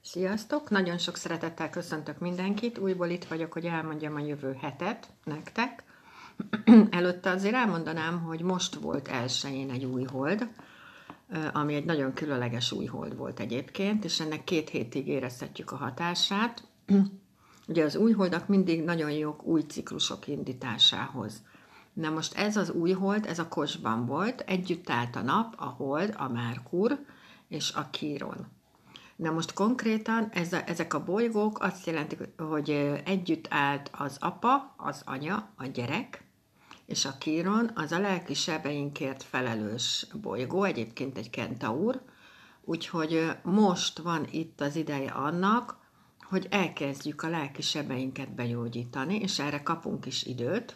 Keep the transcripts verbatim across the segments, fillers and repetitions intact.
Sziasztok! Nagyon sok szeretettel köszöntök mindenkit. Újból itt vagyok, hogy elmondjam a jövő hetet nektek. Előtte azért elmondanám, hogy most volt elsején egy új hold, ami egy nagyon különleges új hold volt egyébként, és ennek két hétig érezhetjük a hatását. Ugye az új holdak mindig nagyon jók új ciklusok indításához. Na most ez az új hold, ez a Kosban volt, együtt állt a nap, a hold, a Merkur és a Kíron. Na most konkrétan ez a, ezek a bolygók azt jelentik, hogy együtt állt az apa, az anya, a gyerek, és a Kíron az a lelki sebeinkért felelős bolygó, egyébként egy kentaur, úgyhogy most van itt az ideje annak, hogy elkezdjük a lelki sebeinket begyógyítani, és erre kapunk is időt,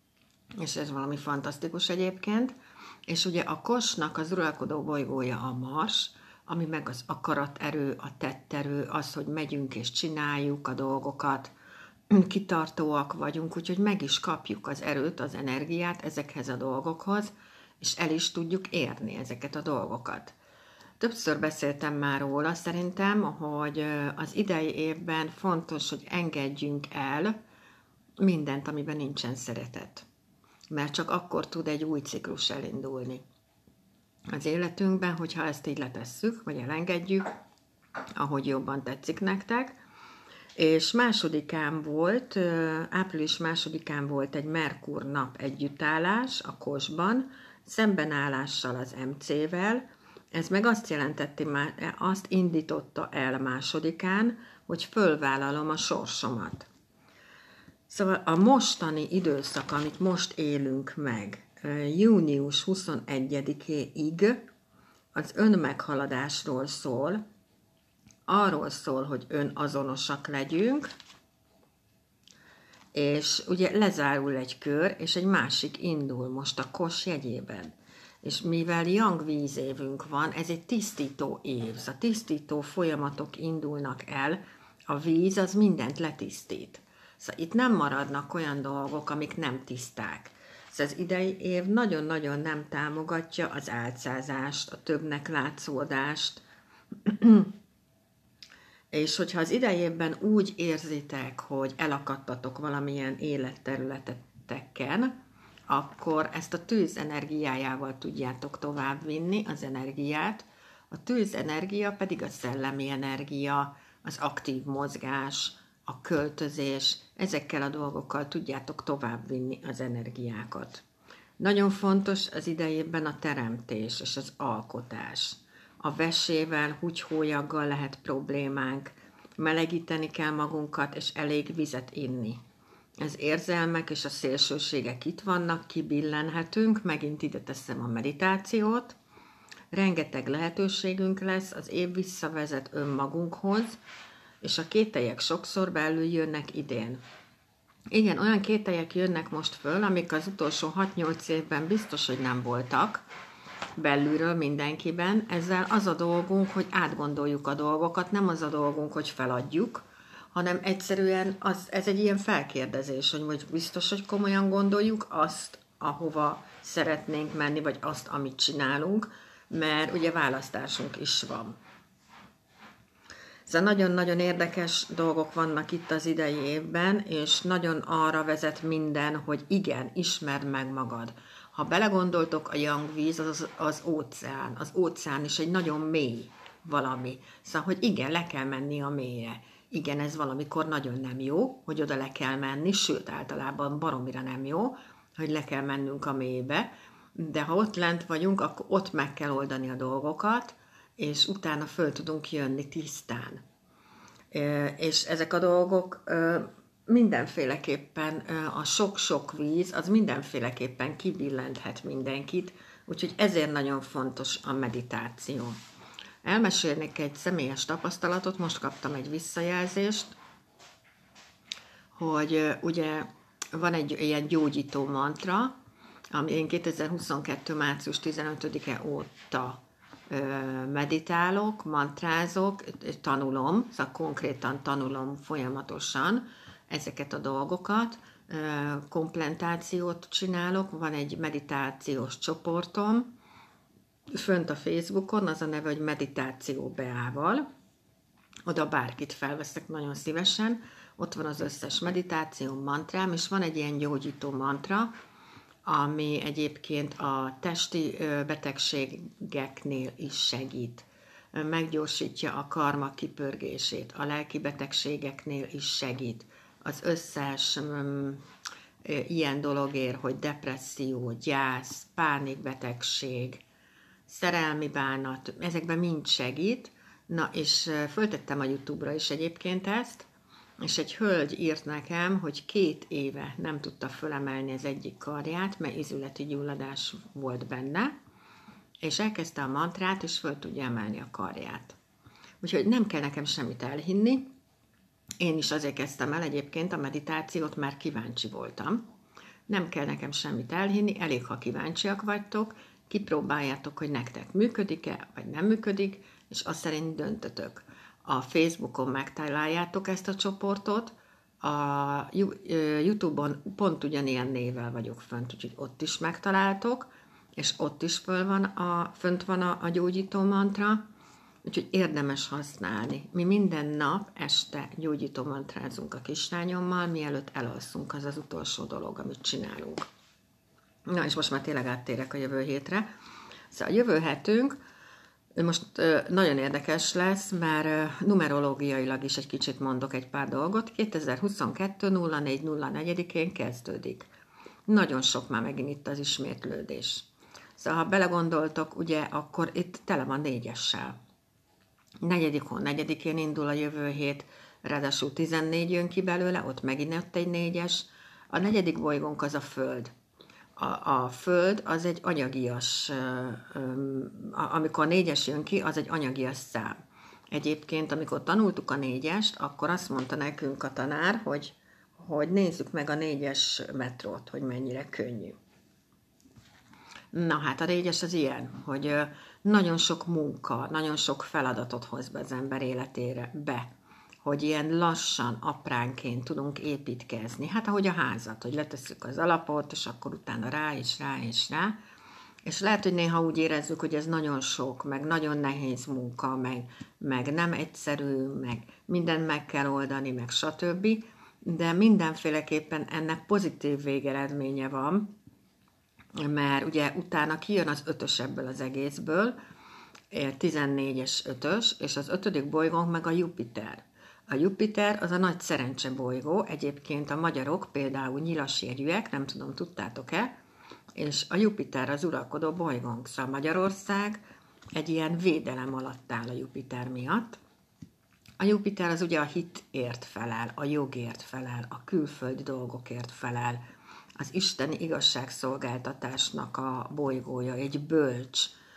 és ez valami fantasztikus egyébként, és ugye a Kosnak az uralkodó bolygója a Mars, ami meg az akaraterő, a tetterő, az, hogy megyünk és csináljuk a dolgokat, kitartóak vagyunk, úgyhogy meg is kapjuk az erőt, az energiát ezekhez a dolgokhoz, és el is tudjuk érni ezeket a dolgokat. Többször beszéltem már róla, szerintem, hogy az idei évben fontos, hogy engedjünk el mindent, amiben nincsen szeretet. Mert csak akkor tud egy új ciklus elindulni az életünkben, hogyha ezt így letesszük, vagy elengedjük, ahogy jobban tetszik nektek. És másodikán volt, április másodikán volt egy Merkur nap együttállás a Kosban, szembenállással az em cé-vel. Ez meg azt jelentette, azt indította el másodikán, hogy fölvállalom a sorsomat. Szóval a mostani időszak, amit most élünk meg, június huszonegyedikéig az önmeghaladásról szól, arról szól, hogy önazonosak legyünk, és ugye lezárul egy kör, és egy másik indul most a Kos jegyében. És mivel Yang vízévünk van, ez egy tisztító év, a tisztító folyamatok indulnak el, a víz az mindent letisztít. Szóval itt nem maradnak olyan dolgok, amik nem tiszták. Szóval az idei év nagyon-nagyon nem támogatja az álcázást, a többnek látszódást, és hogyha az idei évben úgy érzitek, hogy elakadtatok valamilyen életterületeken, akkor ezt a tűz energiájával tudjátok továbbvinni az energiát. A tűz energia pedig a szellemi energia, az aktív mozgás, a költözés, ezekkel a dolgokkal tudjátok továbbvinni az energiákat. Nagyon fontos az idejében a teremtés és az alkotás. A vesével, húgyhólyaggal lehet problémánk, melegíteni kell magunkat, és elég vizet inni. Az érzelmek és a szélsőségek itt vannak, kibillenhetünk, megint ide teszem a meditációt. Rengeteg lehetőségünk lesz, az év visszavezet önmagunkhoz, és a kételyek sokszor belül jönnek idén. Igen, olyan kételyek jönnek most föl, amik az utolsó hat-nyolc évben biztos, hogy nem voltak belülről mindenkiben. Ezzel az a dolgunk, hogy átgondoljuk a dolgokat, nem az a dolgunk, hogy feladjuk, hanem egyszerűen az, ez egy ilyen felkérdezés, hogy vagy biztos, hogy komolyan gondoljuk azt, ahova szeretnénk menni, vagy azt, amit csinálunk, mert ugye választásunk is van. Szóval nagyon-nagyon érdekes dolgok vannak itt az idei évben, és nagyon arra vezet minden, hogy igen, ismerd meg magad. Ha belegondoltok, a Yang víz az, az, az óceán. Az óceán is egy nagyon mély valami. Szóval, hogy igen, le kell menni a mélyre. Igen, ez valamikor nagyon nem jó, hogy oda le kell menni, sőt, általában baromira nem jó, hogy le kell mennünk a mélybe, de ha ott lent vagyunk, akkor ott meg kell oldani a dolgokat, és utána föl tudunk jönni tisztán. És ezek a dolgok mindenféleképpen, a sok-sok víz, az mindenféleképpen kibillenthet mindenkit, úgyhogy ezért nagyon fontos a meditáció. Elmesélnék egy személyes tapasztalatot, most kaptam egy visszajelzést, hogy ugye van egy ilyen gyógyító mantra, ami én kétezer-huszonkettő. március tizenötödike óta meditálok, mantrázok, tanulom, szóval konkrétan tanulom folyamatosan ezeket a dolgokat, komplementációt csinálok, van egy meditációs csoportom, fönt a Facebookon, az a neve, hogy Meditáció Beával, Oda bárkit felveszek nagyon szívesen. Ott van az összes meditáció, mantrám, és van egy ilyen gyógyító mantra, ami egyébként a testi betegségeknél is segít. Meggyorsítja a karma kipörgését, a lelki betegségeknél is segít. Az összes um, ilyen dologért, hogy depresszió, gyász, pánikbetegség, szerelmi bánat, ezekben mind segít. Na, és föltettem a YouTube-ra is egyébként ezt, és egy hölgy írt nekem, hogy két éve nem tudta fölemelni az egyik karját, mert izületi gyulladás volt benne, és elkezdte a mantrát, és föl tudja emelni a karját. Úgyhogy nem kell nekem semmit elhinni. Én is azért kezdtem el egyébként a meditációt, mert kíváncsi voltam. Nem kell nekem semmit elhinni, elég, ha kíváncsiak vagytok, kipróbáljátok, hogy nektek működik-e, vagy nem működik, és azt szerint döntötök. A Facebookon megtaláljátok ezt a csoportot, a YouTube-on pont ugyanilyen névvel vagyok fönt, úgyhogy ott is megtaláltok, és ott is föl van a, fönt van a, a gyógyító mantra, úgyhogy érdemes használni. Mi minden nap este gyógyító mantrázunk a kislányommal, mielőtt elalszunk, az az utolsó dolog, amit csinálunk. Na, és most már tényleg áttérek a jövő hétre. Szóval a jövő hetünk most nagyon érdekes lesz, mert numerológiailag is egy kicsit mondok egy pár dolgot. kétezer-huszonkettő. nulla négy nulla négy-én kezdődik. Nagyon sok már megint itt az ismétlődés. Szóval ha belegondoltok, ugye, akkor itt tele van négyessel. Negyedik hó, negyedikén indul a jövő hét, ráadásul tizennégy jön ki belőle, ott megint ott egy négyes. A negyedik bolygónk az a Föld. A, a Föld az egy anyagias, amikor a négyes jön ki, az egy anyagias szám. Egyébként, amikor tanultuk a négyest, akkor azt mondta nekünk a tanár, hogy, hogy nézzük meg a négyes metrót, hogy mennyire könnyű. Na hát a négyes az ilyen, hogy nagyon sok munka, nagyon sok feladatot hoz be az ember életére be, hogy ilyen lassan, apránként tudunk építkezni. Hát ahogy a házat, hogy letesszük az alapot, és akkor utána rá, és rá, és rá. És lehet, hogy néha úgy érezzük, hogy ez nagyon sok, meg nagyon nehéz munka, meg, meg nem egyszerű, meg mindent meg kell oldani, meg stb. De mindenféleképpen ennek pozitív végeredménye van, mert ugye utána kijön az ötös ebből az egészből, tizennégyes ötös, és az ötödik bolygónk meg a Jupiter. A Jupiter az a nagy szerencse bolygó, egyébként a magyarok például nyilasérjűek, nem tudom, tudtátok-e, és a Jupiter az uralkodó bolygónk, szóval Magyarország egy ilyen védelem alatt áll a Jupiter miatt. A Jupiter az ugye a hitért felel, a jogért felel, a külföldi dolgokért felel, az isteni igazságszolgáltatásnak a bolygója, egy bölcs,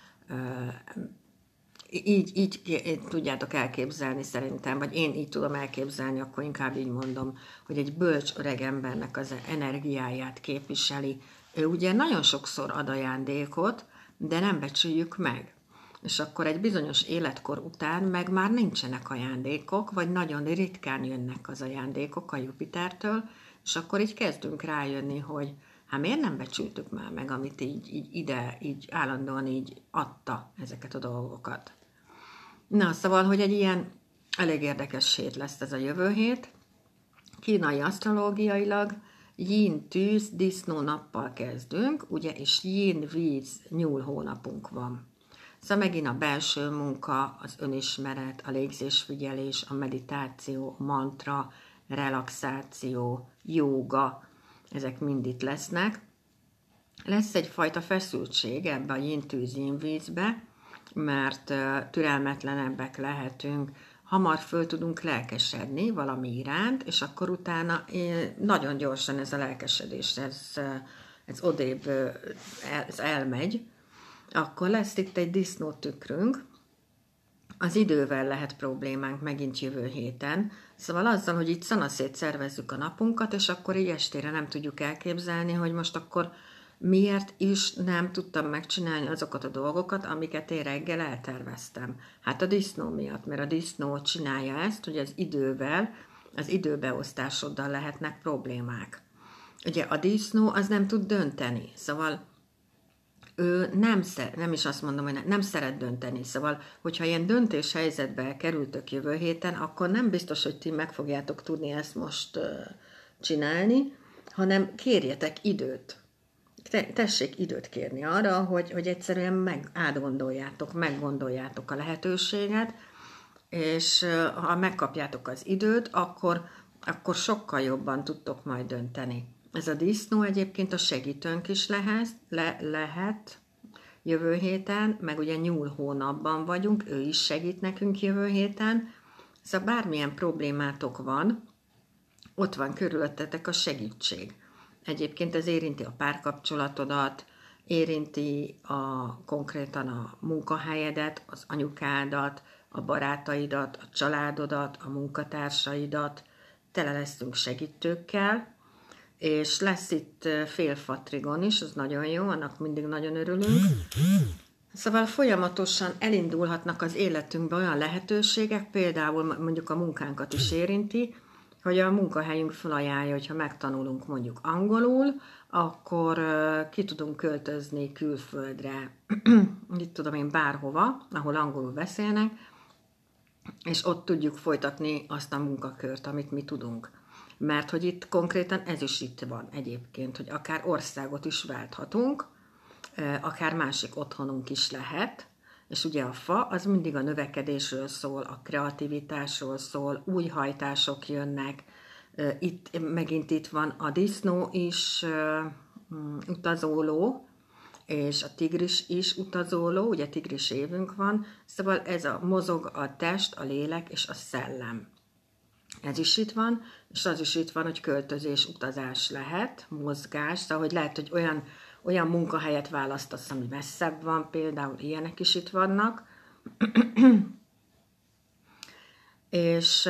Így, így, így tudjátok elképzelni szerintem, vagy én így tudom elképzelni, akkor inkább így mondom, hogy egy bölcs öreg embernek az energiáját képviseli. Ő ugye nagyon sokszor ad ajándékot, de nem becsüljük meg. És akkor egy bizonyos életkor után meg már nincsenek ajándékok, vagy nagyon ritkán jönnek az ajándékok a Jupitertől, és akkor így kezdünk rájönni, hogy hát miért nem becsültük már meg, amit így, így ide, így állandóan így adta ezeket a dolgokat. Na, szóval, hogy egy ilyen elég érdekes hét lesz ez a jövő hét. Kínai asztrológiailag Yin tűz, disznó nappal kezdünk, ugye, és Yin víz, nyúl hónapunk van. Szóval megint a belső munka, az önismeret, a légzésfigyelés, a meditáció, mantra, relaxáció, jóga, ezek mind itt lesznek. Lesz egyfajta feszültség ebbe a Yin tűz, Yin vízbe, mert türelmetlenebbek lehetünk, hamar föl tudunk lelkesedni valami iránt, és akkor utána nagyon gyorsan ez a lelkesedés, ez, ez odébb ez elmegy, akkor lesz itt egy disznótükrünk, az idővel lehet problémánk megint jövő héten, szóval azzal, hogy itt szanaszét szervezzük a napunkat, és akkor így estére nem tudjuk elképzelni, hogy most akkor miért is nem tudtam megcsinálni azokat a dolgokat, amiket én reggel elterveztem. Hát a disznó miatt, mert a disznó csinálja ezt, hogy az idővel, az időbeosztásoddal lehetnek problémák. Ugye a disznó az nem tud dönteni, szóval ő nem, szer, nem is azt mondom, hogy ne, nem szeret dönteni. Szóval, hogyha ilyen döntéshelyzetbe kerültök jövő héten, akkor nem biztos, hogy ti meg fogjátok tudni ezt most uh, csinálni, hanem kérjetek időt. Te, tessék időt kérni arra, hogy, hogy egyszerűen meg átgondoljátok, meggondoljátok a lehetőséget, és uh, ha megkapjátok az időt, akkor, akkor sokkal jobban tudtok majd dönteni. Ez a disznó egyébként a segítőnk is lehet, le, lehet jövő héten, meg ugye nyúl hónapban vagyunk, ő is segít nekünk jövő héten. Szóval bármilyen problémátok van, ott van körülöttetek a segítség. Egyébként ez érinti a párkapcsolatodat, érinti a, konkrétan a munkahelyedet, az anyukádat, a barátaidat, a családodat, a munkatársaidat. Tele leszünk segítőkkel, és lesz itt félfatrigon is, az nagyon jó, annak mindig nagyon örülünk. Szóval folyamatosan elindulhatnak az életünkbe olyan lehetőségek, például mondjuk a munkánkat is érinti, hogy a munkahelyünk felajánlja, hogyha megtanulunk mondjuk angolul, akkor ki tudunk költözni külföldre, itt tudom én bárhova, ahol angolul beszélnek, és ott tudjuk folytatni azt a munkakört, amit mi tudunk. Mert hogy itt konkrétan ez is itt van egyébként, hogy akár országot is válthatunk, akár másik otthonunk is lehet, és ugye a fa az mindig a növekedésről szól, a kreativitásról szól, új hajtások jönnek, itt megint itt van a disznó is utazóló, és a tigris is utazóló, ugye tigris évünk van, szóval ez a mozog a test, a lélek és a szellem. Ez is itt van, és az is itt van, hogy költözés, utazás lehet, mozgás, szóval hogy lehet, hogy olyan, olyan munkahelyet választasz, ami messzebb van, például ilyenek is itt vannak. és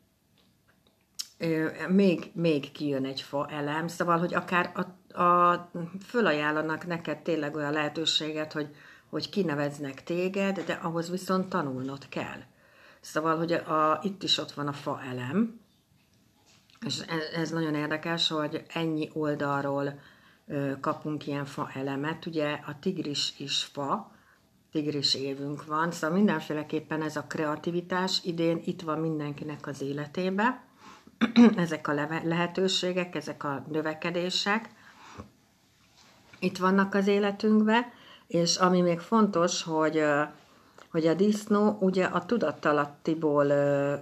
még, még kijön egy fa elem, szóval, hogy akár a, a, fölajánlanak neked tényleg olyan lehetőséget, hogy, hogy kineveznek téged, de ahhoz viszont tanulnod kell. Szóval, hogy a, itt is ott van a fa elem, és ez, ez nagyon érdekes, hogy ennyi oldalról ö, kapunk ilyen fa elemet. Ugye a tigris is fa, tigris évünk van, szóval mindenféleképpen ez a kreativitás idén itt van mindenkinek az életébe. Ezek a lehetőségek, ezek a növekedések itt vannak az életünkbe, és ami még fontos, hogy, hogy a disznó ugye a tudattalattiból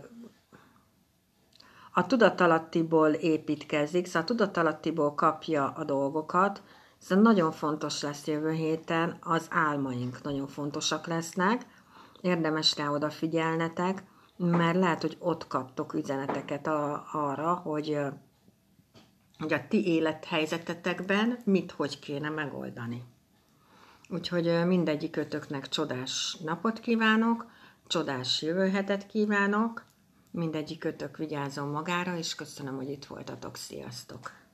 a tudatalattiból építkezik, szóval a tudatalattiból kapja a dolgokat, szóval nagyon fontos lesz jövő héten, az álmaink nagyon fontosak lesznek, érdemes rá odafigyelnetek, mert lehet, hogy ott kaptok üzeneteket a, arra, hogy, hogy a ti élethelyzetetekben mit, hogy kéne megoldani. Úgyhogy mindegyikötöknek csodás napot kívánok, csodás jövő hetet kívánok, mindegyikötök vigyázzon magára, és köszönöm, hogy itt voltatok. Sziasztok!